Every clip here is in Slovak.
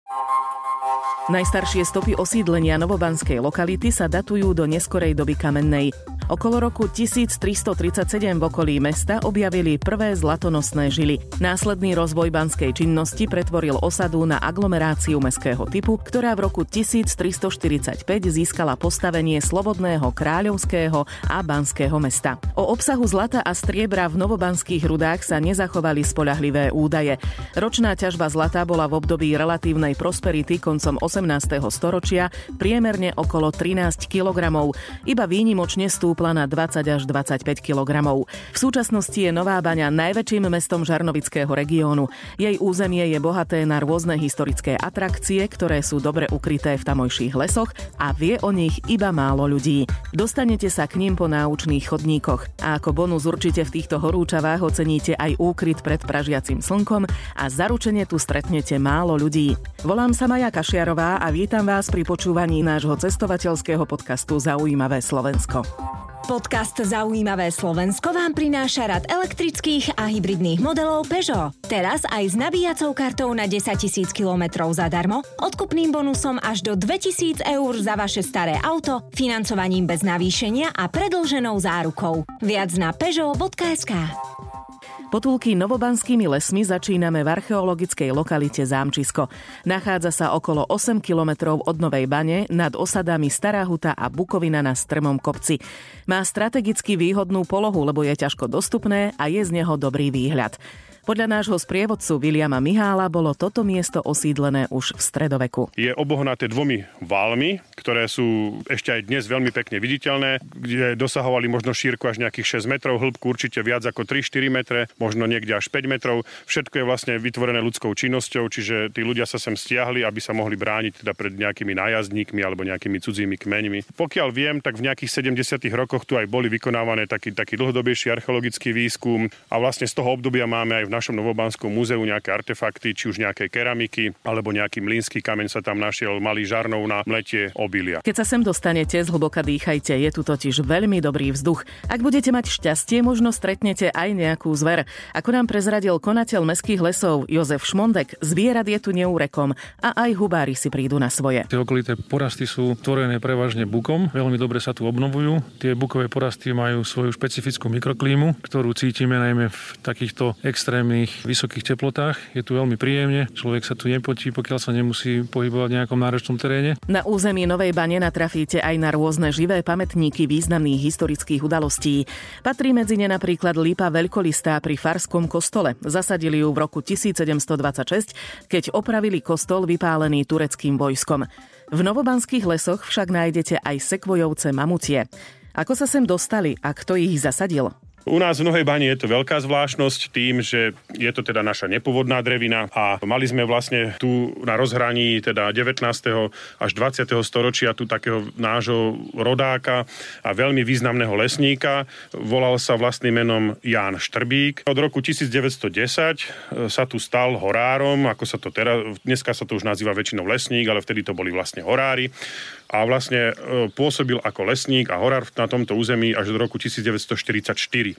Najstaršie stopy osídlenia novobanskej lokality sa datujú do neskorej doby kamennej. Okolo roku 1337 v okolí mesta objavili prvé zlatonosné žily. Následný rozvoj banskej činnosti pretvoril osadu na aglomeráciu mestského typu, ktorá v roku 1345 získala postavenie slobodného kráľovského a banského mesta. O obsahu zlata a striebra v novobanských rudách sa nezachovali spoľahlivé údaje. Ročná ťažba zlata bola v období relatívnej prosperity koncom 18. storočia priemerne okolo 13 kg. Iba výnimočne stúpla na 20 až 25 kg. V súčasnosti je Nová Baňa najväčším mestom Žarnovického regiónu. Jej územie je bohaté na rôzne historické atrakcie, ktoré sú dobre ukryté v tamojších lesoch a vie o nich iba málo ľudí. Dostanete sa k ním po náučných chodníkoch a ako bonus určite v týchto horúčavách oceníte aj úkryt pred pražiacim slnkom a zaručene tu stretnete málo ľudí. Volám sa Maja Kašiarová a vítam vás pri počúvaní nášho cestovateľského podcastu Zaujímavé Slovensko. Podcast Zaujímavé Slovensko vám prináša rad elektrických a hybridných modelov Peugeot. Teraz aj s nabíjacou kartou na 10 000 kilometrov zadarmo, odkupným bonusom až do 2 000 eur za vaše staré auto, financovaním bez navýšenia a predĺženou zárukou. Viac na peugeot.sk. Potulky novobanskými lesmi začíname v archeologickej lokalite Zámčisko. Nachádza sa okolo 8 kilometrov od Novej Bane nad osadami Stará Huta a Bukovina na strmom kopci. Má strategicky výhodnú polohu, lebo je ťažko dostupné a je z neho dobrý výhľad. Podľa nášho sprievodcu Viliama Mihála bolo toto miesto osídlené už v stredoveku. Je obohnaté dvomi valmi, ktoré sú ešte aj dnes veľmi pekne viditeľné, kde dosahovali možno šírku až nejakých 6 metrov, hĺbku určite viac ako 3-4 metre, možno niekde až 5 metrov. Všetko je vlastne vytvorené ľudskou činnosťou, čiže tí ľudia sa sem stiahli, aby sa mohli brániť teda pred nejakými nájazdníkmi alebo nejakými cudzími kmeňmi. Pokiaľ viem, tak v nejakých 70. rokoch tu aj boli vykonávané taký dlhodobejší archeologický výskum a vlastne z toho obdobia máme aj v našom Novobanskom múzeu nejaké artefakty, či už nejaké keramiky, alebo nejaký mlynský kameň sa tam našiel, malý žarnov na mletie obilia. Keď sa sem dostanete, zhlboka dýchajte, je tu totiž veľmi dobrý vzduch. Ak budete mať šťastie, možno stretnete aj nejakú zver. Ako nám prezradil konateľ mestských lesov Jozef Šmondek, zvierat je tu neúrekom a aj hubári si prídu na svoje. Tie okolité porasty sú tvorené prevažne bukom, veľmi dobre sa tu obnovujú. Tie bukové porasty majú svoju špecifickú mikroklímu, ktorú cítime najmä v takýchto extrémnych vysokých teplotách. Je tu veľmi príjemne, človek sa tu nepotí, pokiaľ sa nemusí pohybovať v nejakom náročnom teréne. Na území Novej Bane natrafíte aj na rôzne živé pamätníky významných historických udalostí. Patrí medzi ne napríklad lípa veľkolistá pri Farskom kostole. Zasadili ju v roku 1726, keď opravili kostol vypálený tureckým vojskom. V novobanských lesoch však nájdete aj sekvojovce mamutie. Ako sa sem dostali a kto ich zasadil? U nás v Novej Bani je to veľká zvláštnosť tým, že je to teda naša nepôvodná drevina a mali sme vlastne tu na rozhraní teda 19. až 20. storočia tu takého nášho rodáka a veľmi významného lesníka. Volal sa vlastným menom Ján Štrbík. Od roku 1910 sa tu stal horárom, ako sa to teraz, dneska sa to už nazýva väčšinou lesník, ale vtedy to boli vlastne horári. A vlastne pôsobil ako lesník a horár na tomto území až do roku 1944.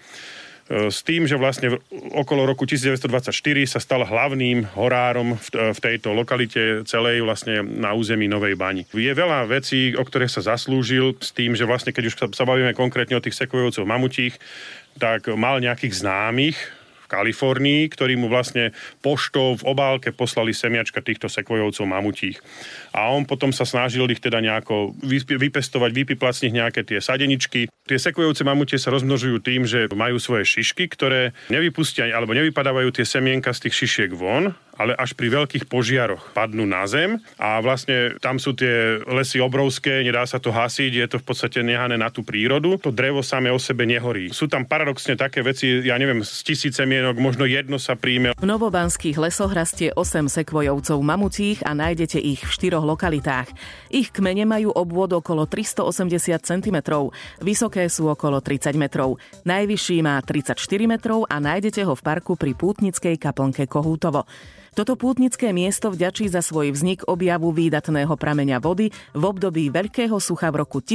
S tým, že vlastne okolo roku 1924 sa stal hlavným horárom v tejto lokalite celej vlastne na území Novej Bani. Je veľa vecí, o ktoré sa zaslúžil s tým, že vlastne keď už sa bavíme konkrétne o tých sekvojovcov mamutích, tak mal nejakých známych Kalifornii, ktorí mu vlastne poštou v obálke poslali semiačka týchto sekvojovcov mamutích. A on potom sa snažil ich teda nejako vypestovať, vypipľať z nich nejaké tie sadeničky. Tie sekvojovce mamutie sa rozmnožujú tým, že majú svoje šišky, ktoré nevypustia alebo nevypadávajú tie semienka z tých šišiek von, ale až pri veľkých požiaroch padnú na zem a vlastne tam sú tie lesy obrovské, nedá sa to hasiť, je to v podstate nehané na tú prírodu. To drevo samé o sebe nehorí. Sú tam paradoxne také veci, ja neviem, z 1000 semienok, možno jedno sa príjme. V novobanských lesoch rastie 8 sekvojovcov mamutích a nájdete ich v 4 lokalitách. Ich kmene majú obvod okolo 380 cm, vysoké sú okolo 30 metrov. Najvyšší má 34 metrov a nájdete ho v parku pri pútnickej kaplnke Kohútovo. Toto pútnické miesto vďačí za svoj vznik objavu výdatného prameňa vody v období veľkého sucha v roku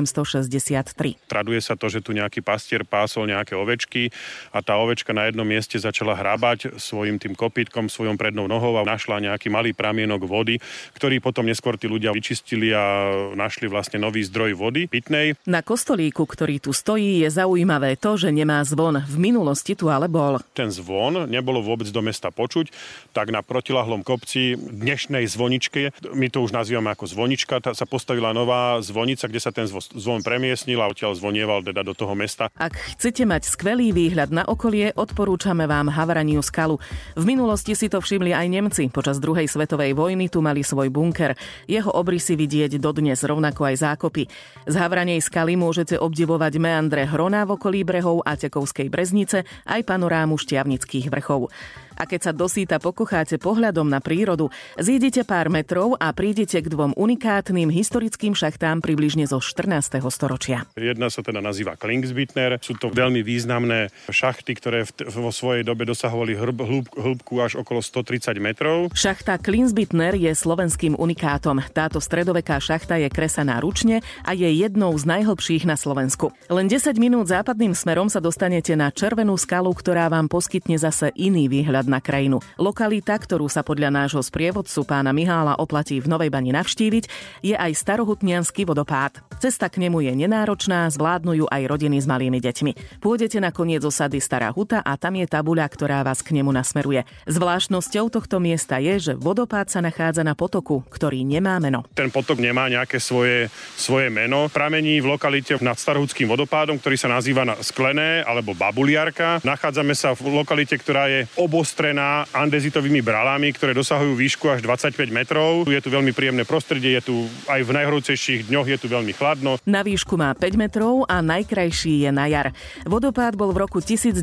1863. Traduje sa to, že tu nejaký pastier pásol nejaké ovečky a tá ovečka na jednom mieste začala hrábať svojim tým kopýtkom, svojou prednou nohou a našla nejaký malý pramienok vody, ktorý potom neskôr tí ľudia vyčistili a našli vlastne nový zdroj vody pitnej. Na kostolíku, ktorý tu stojí, je zaujímavé to, že nemá zvon. V minulosti tu ale bol. Ten zvon nebolo vôbec do mesta počuť, tak na protilahlom kopci dnešnej zvoničke, my to už nazývame ako zvonička, sa postavila nová zvonica, kde sa ten zvon premiestnil a odtiaľ zvonieval teda do toho mesta. Ak chcete mať skvelý výhľad na okolie, odporúčame vám Havraniu skalu. V minulosti si to všimli aj Nemci. Počas druhej svetovej vojny tu mali svoj bunker. Jeho obrysy vidieť dodnes, rovnako aj zákopy. Z Havranej skaly môžete obdivovať meandre Hrona v okolí brehov a Tekovskej Breznice, aj panorámu Štiavnických vrchov. A keď sa dosýta pokocháte pohľadom na prírodu, zídete pár metrov a prídete k dvom unikátnym historickým šachtám približne zo 14. storočia. Jedna sa teda nazýva Klingsbytner. Sú to veľmi významné šachty, ktoré vo svojej dobe dosahovali hĺbku až okolo 130 metrov. Šachta Klingsbytner je slovenským unikátom. Táto stredoveká šachta je kresaná ručne a je jednou z najhlbších na Slovensku. Len 10 minút západným smerom sa dostanete na Červenú skalu, ktorá vám poskytne zase iný výhľad na krajinu. Lokalita, ktorú sa podľa nášho sprievodcu pána Mihála oplatí v Novej Bani navštíviť, je aj starohutniansky vodopád. Cesta k nemu je nenáročná, zvládnu ju aj rodiny s malými deťmi. Pôjdete na koniec osady Stará Huta a tam je tabuľa, ktorá vás k nemu nasmeruje. Zvláštnosťou tohto miesta je, že vodopád sa nachádza na potoku, ktorý nemá meno. Ten potok nemá nejaké svoje meno. Pramení v lokalite nad Starohutským vodopádom, ktorý sa nazýva Sklené alebo Babuliarka. Nachádzame sa v lokalite, ktorá je obostrená andezitovými bralami, ktoré dosahujú výšku až 25 metrov. Je tu veľmi príjemné prostredie, je tu aj v najhorúcejších dňoch je tu veľmi chladno. Na výšku má 5 metrov a najkrajší je na jar. Vodopád bol v roku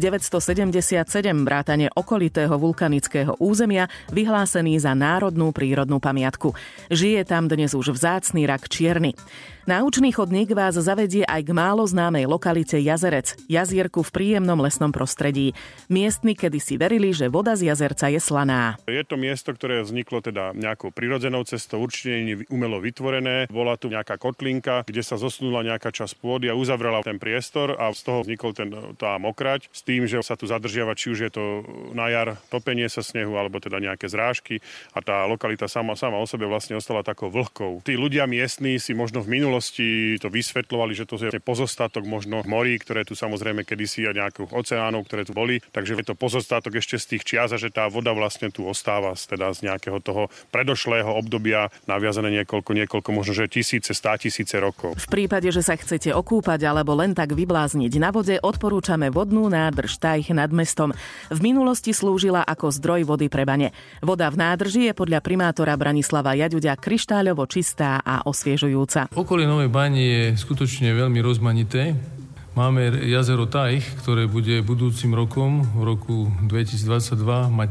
1977 vrátane okolitého vulkanického územia vyhlásený za národnú prírodnú pamiatku. Žije tam dnes už vzácny rak čierny. Náučný chodník vás zavedie aj k málo známej lokalite Jazerec, jazierku v príjemnom lesnom prostredí. Miestni kedysi verili, že voda z jazerca je slaná. Je to miesto, ktoré vzniklo teda nejakou prirodzenou cestou, určite nie umelo vytvorené. Bola tu nejaká kotlinka, kde sa zosnula nejaká časť pôdy a uzavrela ten priestor a z toho vznikol tá mokrať s tým, že sa tu zadržiava, či už je to na jar topenie sa snehu alebo teda nejaké zrážky a tá lokalita sama o sebe vlastne ostala takou vlhkou. Tí ľudia miestni si možno v minulosti to vysvetľovali, že to je pozostatok možno morí, ktoré tu samozrejme kedysi a nejakých oceánov, ktoré tu boli, takže je to pozostatok ešte z tých čias a že tá voda vlastne tu ostáva teda z nejakého toho predošlého obdobia naviazané niekoľko možno že tisíce rokov. V prípade, že sa chcete okúpať alebo len tak vyblázniť na vode, odporúčame vodnú nádrž Tajch nad mestom. V minulosti slúžila ako zdroj vody pre bane. Voda v nádrži je podľa primátora Branislava Jaďuďa kryštáľovo čistá a osviežujúca. Okolie Novej Bani je skutočne veľmi rozmanité. Máme jazero Tajch, ktoré bude budúcim rokom, v roku 2022, mať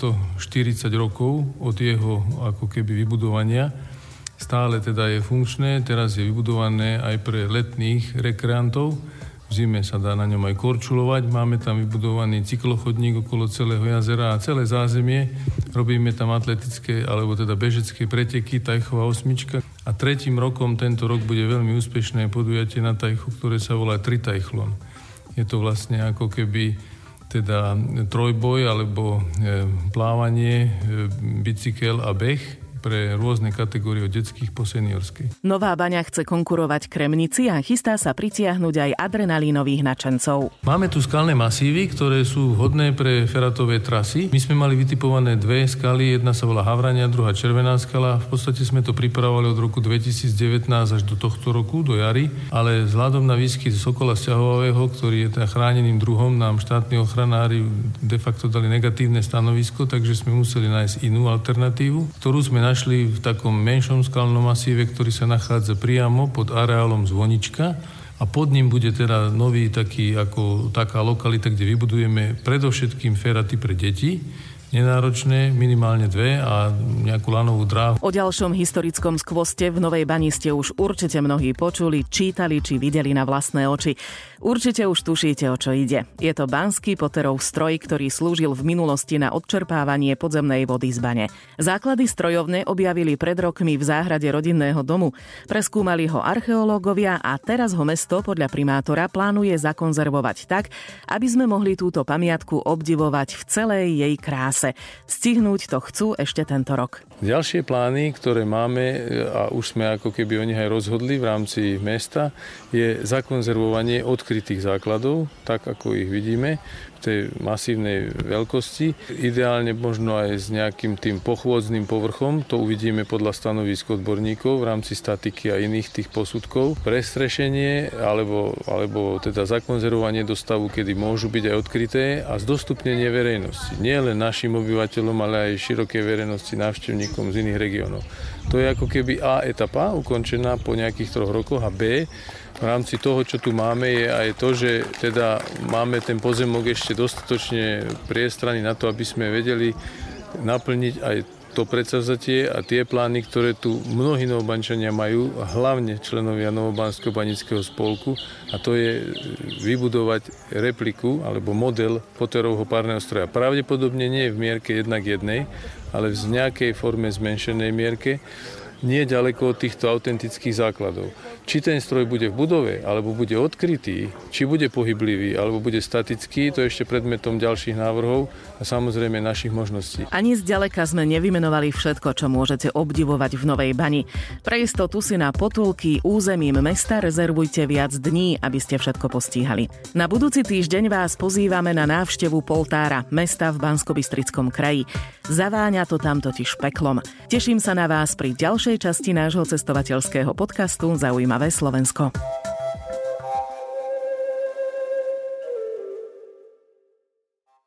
240 rokov od jeho ako keby vybudovania. Stále teda je funkčné, teraz je vybudované aj pre letných rekreantov. V zime sa dá na ňom aj korčulovať. Máme tam vybudovaný cyklochodník okolo celého jazera a celé zázemie. Robíme tam atletické, alebo teda bežecké preteky, Tajchová osmička. A tretím rokom tento rok bude veľmi úspešné podujatie na Tajchu, ktoré sa volá Tritajchlon. Je to vlastne ako keby teda trojboj, alebo plávanie, bicykel a beh pre rôzne kategórie od detských po seniorskej. Nová Baňa chce konkurovať Kremnici a chystá sa pritiahnuť aj adrenalínových nadšencov. Máme tu skalné masívy, ktoré sú vhodné pre feratové trasy. My sme mali vytipované dve skaly, jedna sa volá Havrania, druhá Červená skala. V podstate sme to pripravovali od roku 2019 až do tohto roku, do jary, ale vzhľadom na výskyt sokola sťahovavého, ktorý je teda chráneným druhom, nám štátni ochranári de facto dali negatívne stanovisko, takže sme museli nájsť inú alternatívu, ktorú sme našli v takom menšom skalnom masíve, ktorý sa nachádza priamo pod areálom Zvonička a pod ním bude teda nový taká lokalita, kde vybudujeme predovšetkým feraty pre deti nenáročné, minimálne 2 a nejakú lanovú dráhu. O ďalšom historickom skvoste v Novej Bani ste už určite mnohí počuli, čítali či videli na vlastné oči. Určite už tušíte, o čo ide. Je to banský Potterov stroj, ktorý slúžil v minulosti na odčerpávanie podzemnej vody z bane. Základy strojovne objavili pred rokmi v záhrade rodinného domu. Preskúmali ho archeológovia a teraz ho mesto podľa primátora plánuje zakonzervovať tak, aby sme mohli túto pamiatku obdivovať v celej jej kráse. Stihnúť to chcú ešte tento rok. Ďalšie plány, ktoré máme, a už sme ako keby o nich aj rozhodli v rámci mesta, je zakonzervovanie odkrytých základov, tak ako ich vidíme, v tej masívnej veľkosti. Ideálne možno aj s nejakým tým pochôdzným povrchom, to uvidíme podľa stanovísk odborníkov v rámci statiky a iných tých posudkov. Prestrešenie alebo teda zakonzervovanie do stavu, kedy môžu byť aj odkryté a zdostupnenie verejnosti. Nie len našim obyvateľom, ale aj širokej verejnosti, návštevníkom z iných regiónov. To je ako keby A etapa ukončená po nejakých 3 rokoch a B v rámci toho, čo tu máme, je aj to, že teda máme ten pozemok ešte dostatočne priestranný na to, aby sme vedeli naplniť aj to predsavzatie a tie plány, ktoré tu mnohí Novobančania majú, hlavne členovia Novobanského banického spolku, a to je vybudovať repliku alebo model Potterovho párneho stroja. Pravdepodobne nie v mierke 1:1, ale v nejakej forme zmenšenej mierke, nie ďaleko od týchto autentických základov. Či ten stroj bude v budove, alebo bude odkrytý, či bude pohyblivý, alebo bude statický, to je ešte predmetom ďalších návrhov a samozrejme našich možností. Ani zďaleka sme nevymenovali všetko, čo môžete obdivovať v Novej Bani. Pre istotu si na potulky územím mesta rezervujte viac dní, aby ste všetko postíhali. Na budúci týždeň vás pozývame na návštevu Poltára, mesta v Banskobystrickom kraji. Zaváňa to tam totiž peklom. Teším sa na vás pri ďalšej časti nášho cestovateľského podcastu Zaujímavé Slovensko.